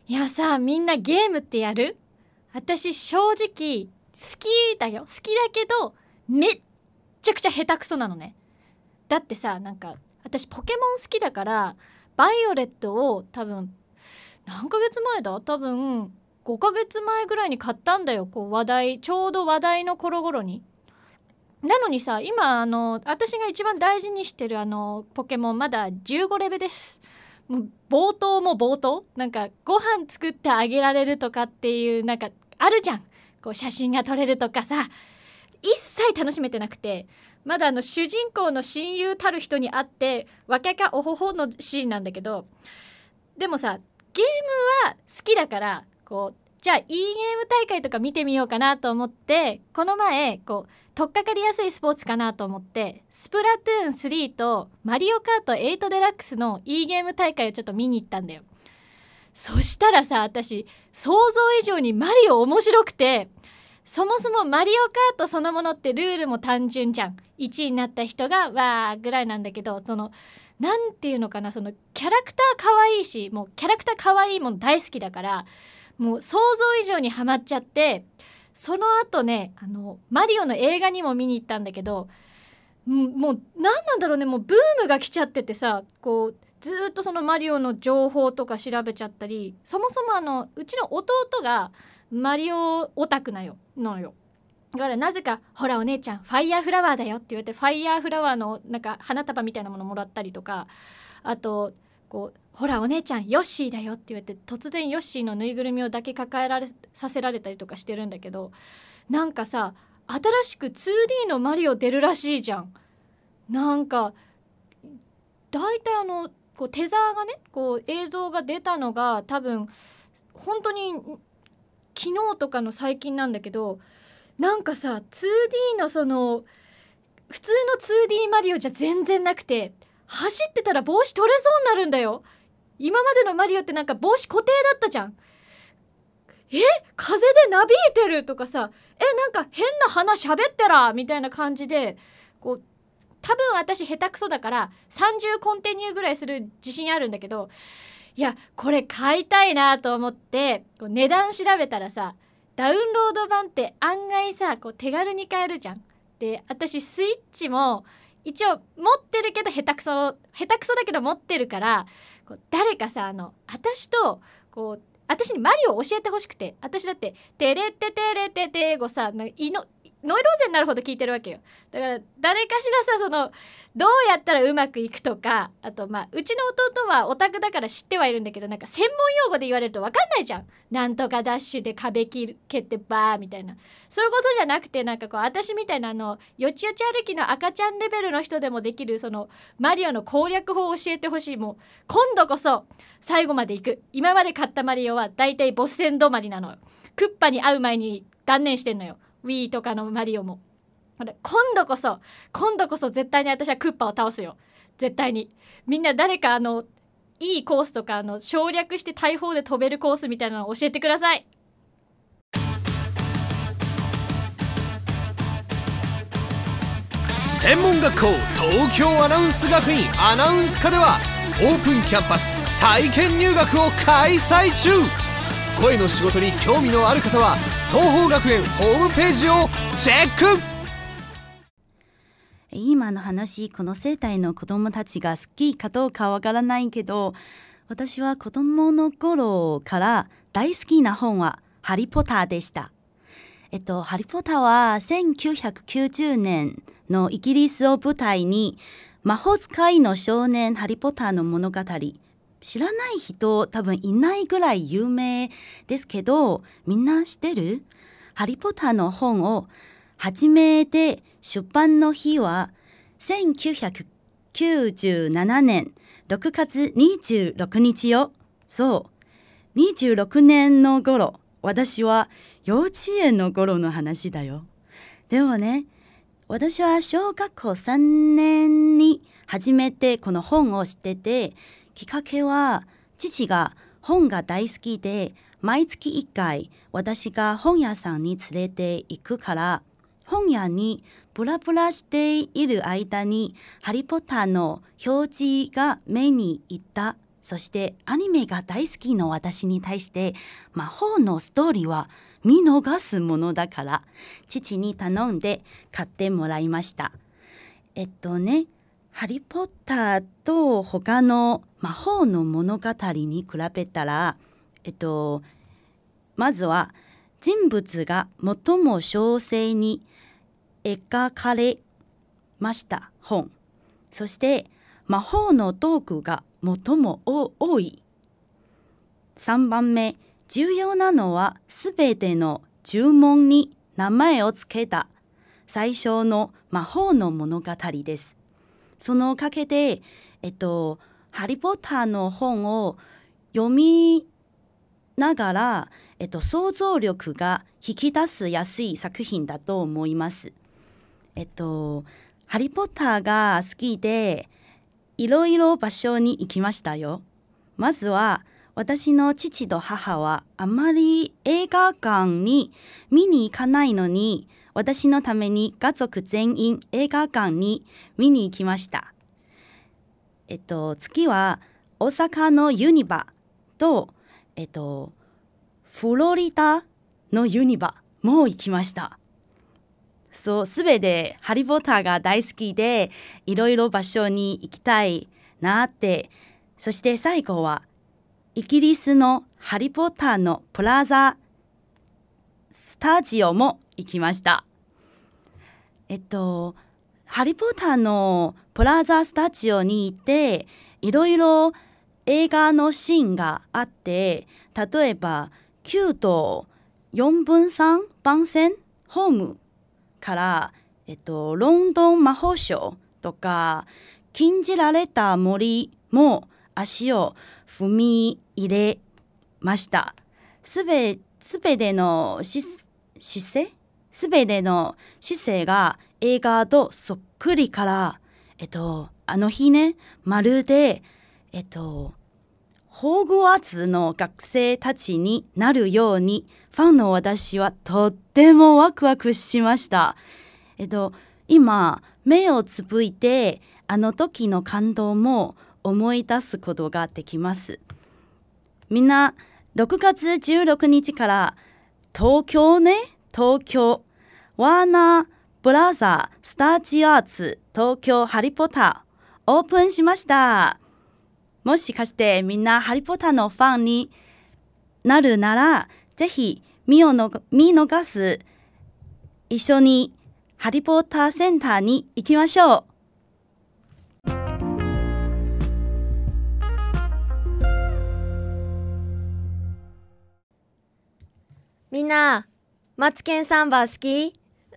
いやさ、みんなゲームってやる？私正直好きだよ。好きだけどめっちゃくちゃ下手くそなのね。だってさ、なんか私ポケモン好きだからバイオレットを多分何ヶ月前だ？多分5ヶ月前ぐらいに買ったんだよ。こうちょうど話題の頃に。なのにさ、今私が一番大事にしてるポケモンまだ15レベです。もう冒頭なんかご飯作ってあげられるとかっていうなんかあるじゃん。こう写真が撮れるとかさ、一切楽しめてなくて、まだ主人公の親友たる人に会ってわきゃきゃおほほのシーンなんだけど、でもさ、ゲームは好きだからこう、じゃあいいゲーム大会とか見てみようかなと思って、この前こう取っかかりやすいスポーツかなと思ってスプラトゥーン3とマリオカート8デラックスのいいゲーム大会をちょっと見に行ったんだよ。そしたらさ、私想像以上にマリオ面白くて、そもそもマリオカートそのものってルールも単純じゃん。1位になった人がわーぐらいなんだけど、なんていうのかな、キャラクター可愛いし、もうキャラクター可愛いもん大好きだから、もう想像以上にハマっちゃって、その後ね、マリオの映画にも見に行ったんだけど、もう何なんだろうね、もうブームが来ちゃっててさ、こうずっとそのマリオの情報とか調べちゃったり、そもそもうちの弟がマリオオタクのよ。だからなぜかほらお姉ちゃんファイヤーフラワーだよって言われて、ファイヤーフラワーのなんか花束みたいなものもらったりとか、あとこうほらお姉ちゃんヨッシーだよって言われて、突然ヨッシーのぬいぐるみをだけさせられたりとかしてるんだけど、なんかさ、新しく 2D のマリオ出るらしいじゃん。なんかだいたいこうテザーがね、こう映像が出たのが多分本当に昨日とかの最近なんだけど、なんかさ 2D の普通の 2D マリオじゃ全然なくて、走ってたら帽子取れそうになるんだよ。今までのマリオってなんか帽子固定だったじゃん。風でなびいてるとかさ、なんか変な花喋ってらみたいな感じで、こう多分私下手くそだから30コンティニューぐらいする自信あるんだけど、いやこれ買いたいなと思ってこう値段調べたらさ、ダウンロード版って案外さ、こう手軽に買えるじゃん。で、私スイッチも一応持ってるけど下手くそだけど持ってるから、こう誰かさ、私とこう私にマリオを教えてほしくて、私だってテレテテレテテ語さ、ノイローゼになるほど聞いてるわけよ。だから誰かしらさ、どうやったらうまくいくとか、あとうちの弟はオタクだから知ってはいるんだけど、なんか専門用語で言われると分かんないじゃん。なんとかダッシュで壁蹴ってバーみたいな、そういうことじゃなくて、なんかこう私みたいなよちよち歩きの赤ちゃんレベルの人でもできるマリオの攻略法を教えてほしい。もう今度こそ最後まで行く。今まで買ったマリオはだいたいボス戦止まりなのよ。クッパに会う前に断念してんのよ。Wii とかのマリオも。今度こそ絶対に私はクッパを倒すよ。絶対に。みんな誰かいいコースとか省略して大砲で飛べるコースみたいなのを教えてください。 専門学校東京アナウンス学院アナウンス科ではオープンキャンパス体験入学を開催中。声の仕事に興味のある方は東邦学園ホームページをチェック。 今の話、この世代の子供たちが好きかどうかわからないけど、私は子供の頃から大好きな本はハリーポッターでした。ハリーポッターは1990年のイギリスを舞台に、魔法使いの少年ハリーポッターの物語、知らない人多分いないぐらい有名ですけど、みんな知ってる？ハリーポッターの本を初めて出版の日は1997年6月26日よ。そう、26年の頃、私は幼稚園の頃の話だよ。でもね、私は小学校3年に初めてこの本を知ってて、きっかけは父が本が大好きで、毎月1回私が本屋さんに連れて行くから、本屋にブラブラしている間にハリーポッターの表示が目に入った。 そしてアニメが大好きの私に対して魔法のストーリーは見逃すものだから父に頼んで買ってもらいました。ハリーポッターと他の魔法の物語に比べたら、まずは人物が最も詳細に描かれました本。そして魔法のトークが最も多い。3番目、重要なのはすべての呪文に名前をつけた最初の魔法の物語です。そのおかげで、ハリーポッターの本を読みながら、想像力が引き出すやすい作品だと思います。ハリーポッターが好きでいろいろ場所に行きましたよ。まずは私の父と母はあまり映画館に見に行かないのに、私のために家族全員映画館に見に行きました。次は大阪のユニバと、フロリダのユニバも行きました。そう、すべてハリーポッターが大好きでいろいろ場所に行きたいなって。そして最後はイギリスのハリーポッターのプラザスタジオも行きました。ハリーポッターのプラザスタジオに行っていろいろ映画のシーンがあって、例えば9と4分3番線ホームから、ロンドン魔法省とか禁じられた森も足を踏み入れました。すべての姿勢が映画とそっくりから、あの日ね、まるで、ホーグワーツの学生たちになるように、ファンの私はとってもワクワクしました。今、目をつぶいて、あの時の感動も思い出すことができます。みんな、6月16日から東京、ワーナーブラザースタジオアーツ東京ハリポッターオープンしました。もしかしてみんなハリポッターのファンになるなら、ぜひ見逃す一緒にハリポッターセンターに行きましょう。 みんな、マツケンサンバ好き？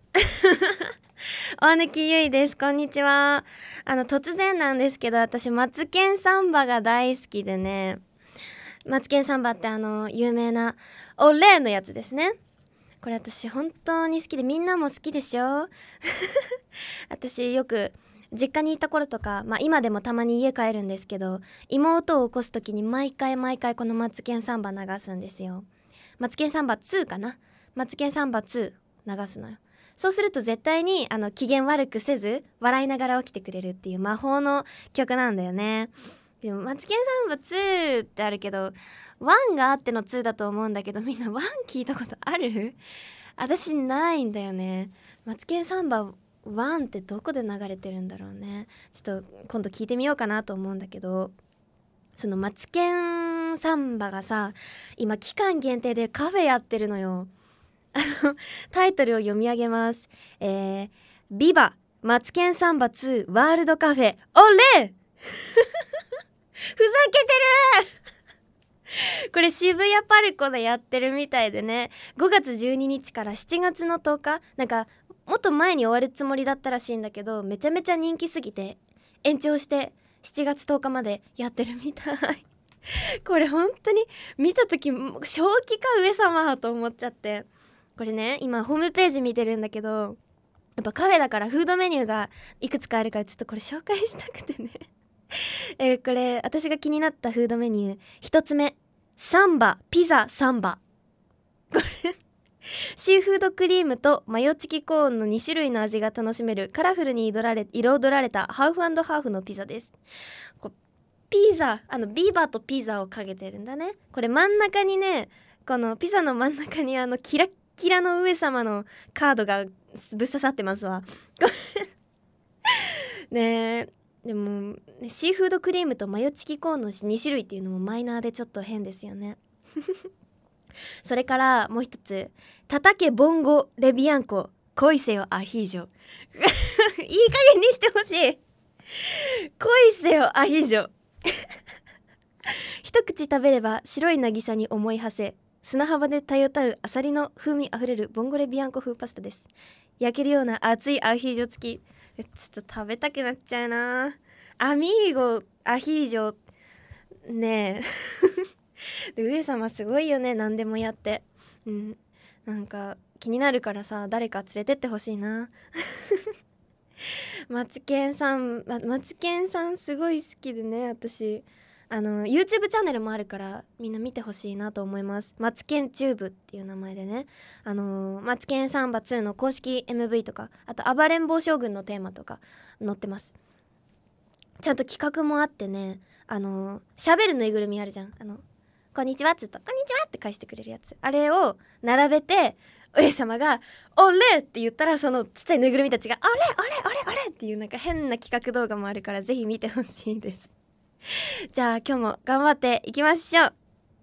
大貫ゆいです。こんにちは。突然なんですけど、私マツケンサンバが大好きでね。マツケンサンバって有名なオレのやつですね。これ私本当に好きで、みんなも好きでしょ？私よく実家にいた頃とか、今でもたまに家帰るんですけど、妹を起こす時に毎回このマツケンサンバ流すんですよ。マツケンサンバ2かな、マツケンサンバ2流すのよ。そうすると絶対に機嫌悪くせず笑いながら起きてくれるっていう魔法の曲なんだよね。でもマツケンサンバ2ってあるけど、1があっての2だと思うんだけど、みんな1聞いたことある？私ないんだよね。マツケンサンバ1ってどこで流れてるんだろうね。ちょっと今度聞いてみようかなと思うんだけど、そのマツケンサンバがさ、今期間限定でカフェやってるのよ。タイトルを読み上げます。ビバマツケンサンバ2ワールドカフェオレふざけてるこれ渋谷パルコでやってるみたいでね、5月12日から7月の10日、なんかもっと前に終わるつもりだったらしいんだけど、めちゃめちゃ人気すぎて延長して7月10日までやってるみたいこれ本当に見た時正気か上様と思っちゃって。これね、今ホームページ見てるんだけど、やっぱカフェだからフードメニューがいくつかあるから、ちょっとこれ紹介したくてねこれ私が気になったフードメニュー1つ目、サンバピザサンバ。これシーフードクリームとマヨチキコーンの2種類の味が楽しめるカラフルに彩られたハーフ&ハーフのピザです。 ピザビーバーとピザをかけてるんだね。これ真ん中にね、このピザの真ん中にキラッキラの上様のカードがぶっ刺さってますわねえ、でもね、シーフードクリームとマヨチキコーンの2種類っていうのもマイナーでちょっと変ですよねそれからもう一つ、叩けボンゴレビアンコ恋せよアヒージョいい加減にしてほしい。恋せよアヒージョ一口食べれば白い渚に思い馳せ、砂浜でたよたうアサリの風味あふれるボンゴレビアンコ風パスタです。焼けるような熱いアヒージョ付き。ちょっと食べたくなっちゃうな。アミーゴアヒージョねえで上様すごいよね、何でもやって。なんか気になるからさ、誰か連れてってほしいなマツケンさんすごい好きでね、私YouTube チャンネルもあるからみんな見てほしいなと思います。マツケンチューブっていう名前でね、マツケンサンバ2の公式 MV とか、あと暴れん坊将軍のテーマとか載ってます。ちゃんと企画もあってね、喋るぬいぐるみあるじゃん、こんにちはっつうとこんにちはって返してくれるやつ、あれを並べて上様がオレって言ったら、そのちっちゃいぬいぐるみたちがオレっていうなんか変な企画動画もあるから、ぜひ見てほしいですじゃあ今日も頑張っていきましょう。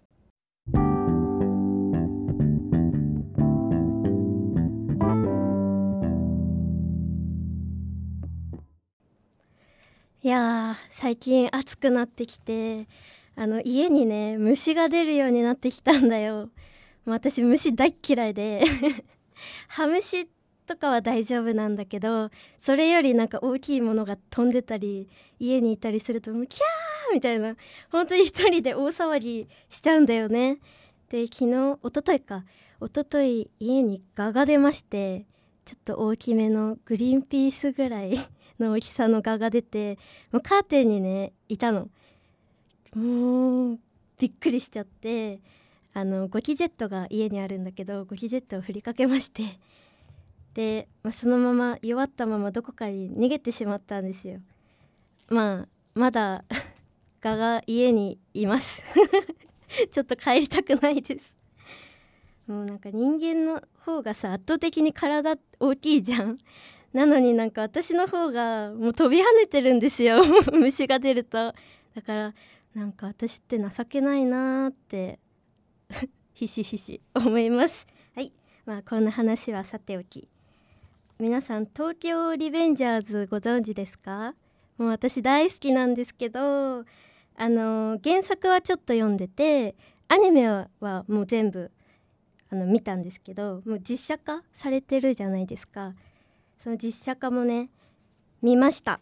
いやー、最近暑くなってきて、家にね虫が出るようになってきたんだよ。もう私虫大っ嫌いでハムシとかは大丈夫なんだけど、それよりなんか大きいものが飛んでたり家にいたりするともうキャーみたいな、本当に一人で大騒ぎしちゃうんだよね。で一昨日家に蛾が出まして、ちょっと大きめのグリーンピースぐらいの大きさの蛾が出て、もうカーテンにねいたの。もうびっくりしちゃって、ゴキジェットが家にあるんだけど、ゴキジェットを振りかけまして、で、そのまま弱ったままどこかに逃げてしまったんですよ。まだ蛾が家にいますちょっと帰りたくないです。もうなんか人間の方がさ、圧倒的に体大きいじゃん。なのになんか私の方がもう飛び跳ねてるんですよ虫が出ると。だからなんか私って情けないなーってひしひし思います。はい、こんな話はさておき、皆さん東京リベンジャーズご存知ですか？もう私大好きなんですけど、原作はちょっと読んでて、アニメはもう全部見たんですけど、もう実写化されてるじゃないですか。その実写化もね見ました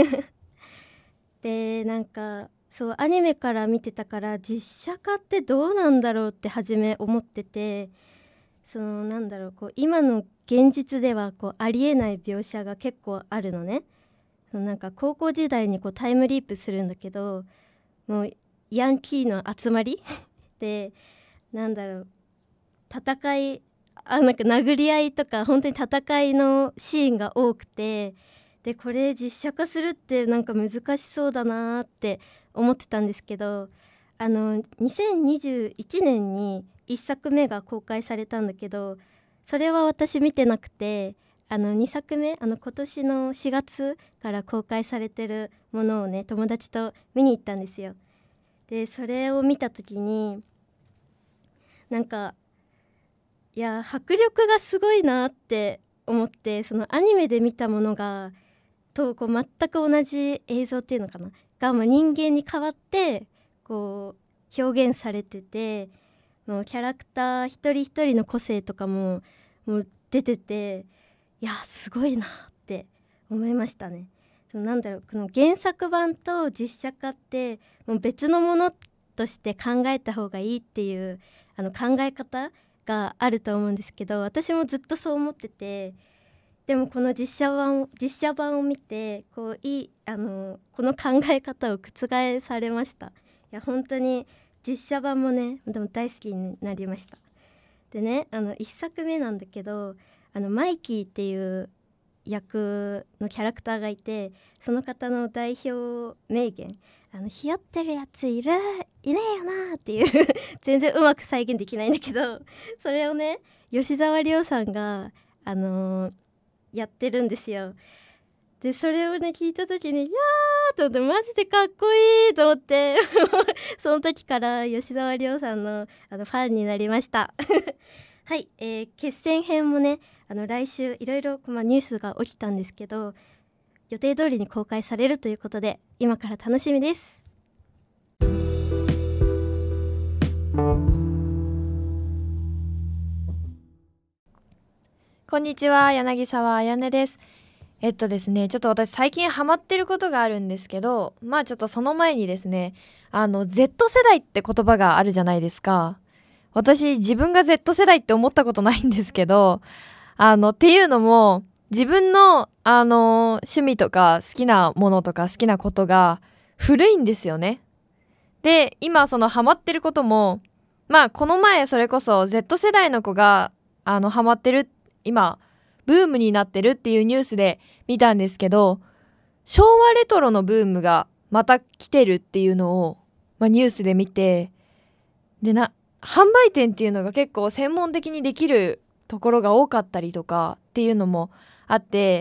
でなんかそう、アニメから見てたから実写化ってどうなんだろうって初め思ってて、そのなんだろう、こう今の現実ではこうありえない描写が結構あるのね。そのなんか高校時代にこうタイムリープするんだけど、もうヤンキーの集まりで、なんだろう、戦いなんか殴り合いとか本当に戦いのシーンが多くて、でこれ実写化するってなんか難しそうだなって思ってたんですけど、2021年に1作目が公開されたんだけど、それは私見てなくて、2作目今年の4月から公開されてるものをね友達と見に行ったんですよ。でそれを見た時になんかいや迫力がすごいなって思って、そのアニメで見たものがとこう全く同じ映像っていうのかなが、人間に代わってこう表現されてて、もうキャラクター一人一人の個性とかもう出てて、いやすごいなって思いましたね。そのなんだろう、この原作版と実写化ってもう別のものとして考えた方がいいっていう考え方があると思うんですけど、私もずっとそう思ってて、でもこの実写版を見てこうこの考え方を覆されました。いや本当に実写版もねでも大好きになりました。でね1作目なんだけどマイキーっていう役のキャラクターがいて、その方の代表名言ひよってるやついねえよなっていう全然うまく再現できないんだけど、それをね吉沢亮さんがやってるんですよ。でそれをね聞いた時にいやーと思って、マジでかっこいいと思ってその時から吉沢亮さんのファンになりましたはい、決戦編もね来週いろいろニュースが起きたんですけど、予定通りに公開されるということで今から楽しみです。 こんにちは、柳沢彩音です。ですね、ちょっと私最近ハマってることがあるんですけど、ちょっとその前にですね、Z 世代って言葉があるじゃないですか。私自分が Z 世代って思ったことないんですけど、っていうのも自分の趣味とか好きなものとか好きなことが古いんですよね。で今そのハマってることもこの前それこそ Z 世代の子がハマってる、今ブームになってるっていうニュースで見たんですけど、昭和レトロのブームがまた来てるっていうのを、ニュースで見て、で販売店っていうのが結構専門的にできるところが多かったりとかっていうのもあって、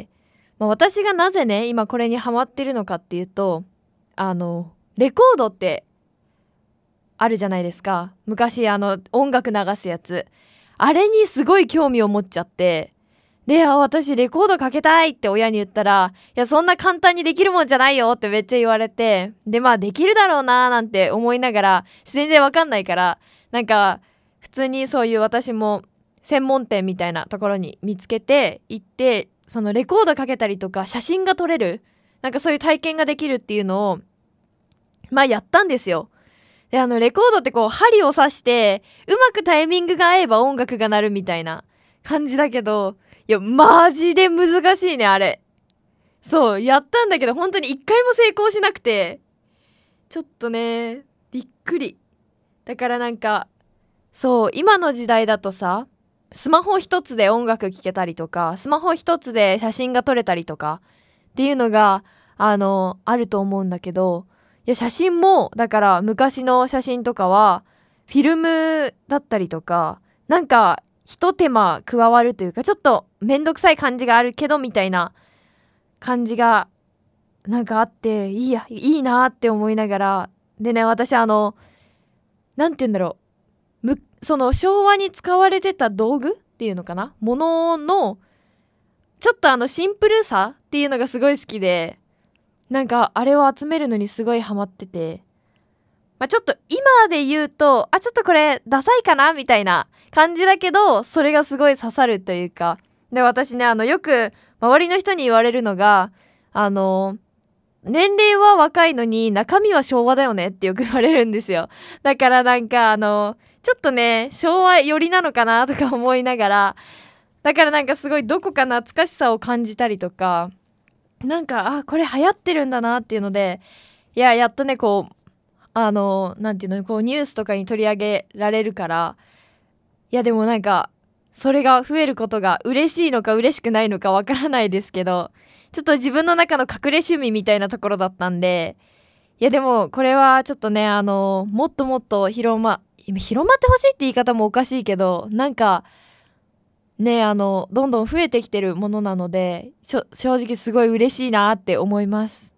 私がなぜね今これにハマってるのかっていうと、レコードってあるじゃないですか。昔音楽流すやつ、あれにすごい興味を持っちゃって、で私レコードかけたいって親に言ったら、いやそんな簡単にできるもんじゃないよってめっちゃ言われて、でできるだろうなーなんて思いながら、全然わかんないからなんか普通にそういう私も専門店みたいなところに見つけて行って、そのレコードかけたりとか写真が撮れる、なんかそういう体験ができるっていうのをやったんですよ。でレコードってこう針を刺してうまくタイミングが合えば音楽が鳴るみたいな感じだけど、いやマジで難しいねあれ。そうやったんだけど本当に一回も成功しなくて、ちょっとねびっくり。だからなんかそう今の時代だとさ、スマホ一つで音楽聴けたりとか、スマホ一つで写真が撮れたりとかっていうのがあると思うんだけど、いや写真もだから昔の写真とかはフィルムだったりとか、なんか一手間加わるというか、ちょっとめんどくさい感じがあるけどみたいな感じがなんかあって、いいなって思いながら、でね私なんて言うんだろう、その昭和に使われてた道具っていうのかな、もののちょっとシンプルさっていうのがすごい好きで、なんかあれを集めるのにすごいハマってて、ちょっと今で言うとちょっとこれダサいかなみたいな感じだけど、それがすごい刺さるというか。で私ねよく周りの人に言われるのが、年齢は若いのに中身は昭和だよねってよく言われるんですよ。だからなんかちょっとね昭和寄りなのかなとか思いながら、だからなんかすごいどこか懐かしさを感じたりとか、なんかこれ流行ってるんだなっていうので、やっとねこうなんていうの、こうニュースとかに取り上げられるから、でもなんかそれが増えることが嬉しいのか嬉しくないのかわからないですけど、ちょっと自分の中の隠れ趣味みたいなところだったんで、でもこれはちょっとねもっともっと広まってほしいって言い方もおかしいけど、なんかねどんどん増えてきてるものなので、正直すごい嬉しいなって思います。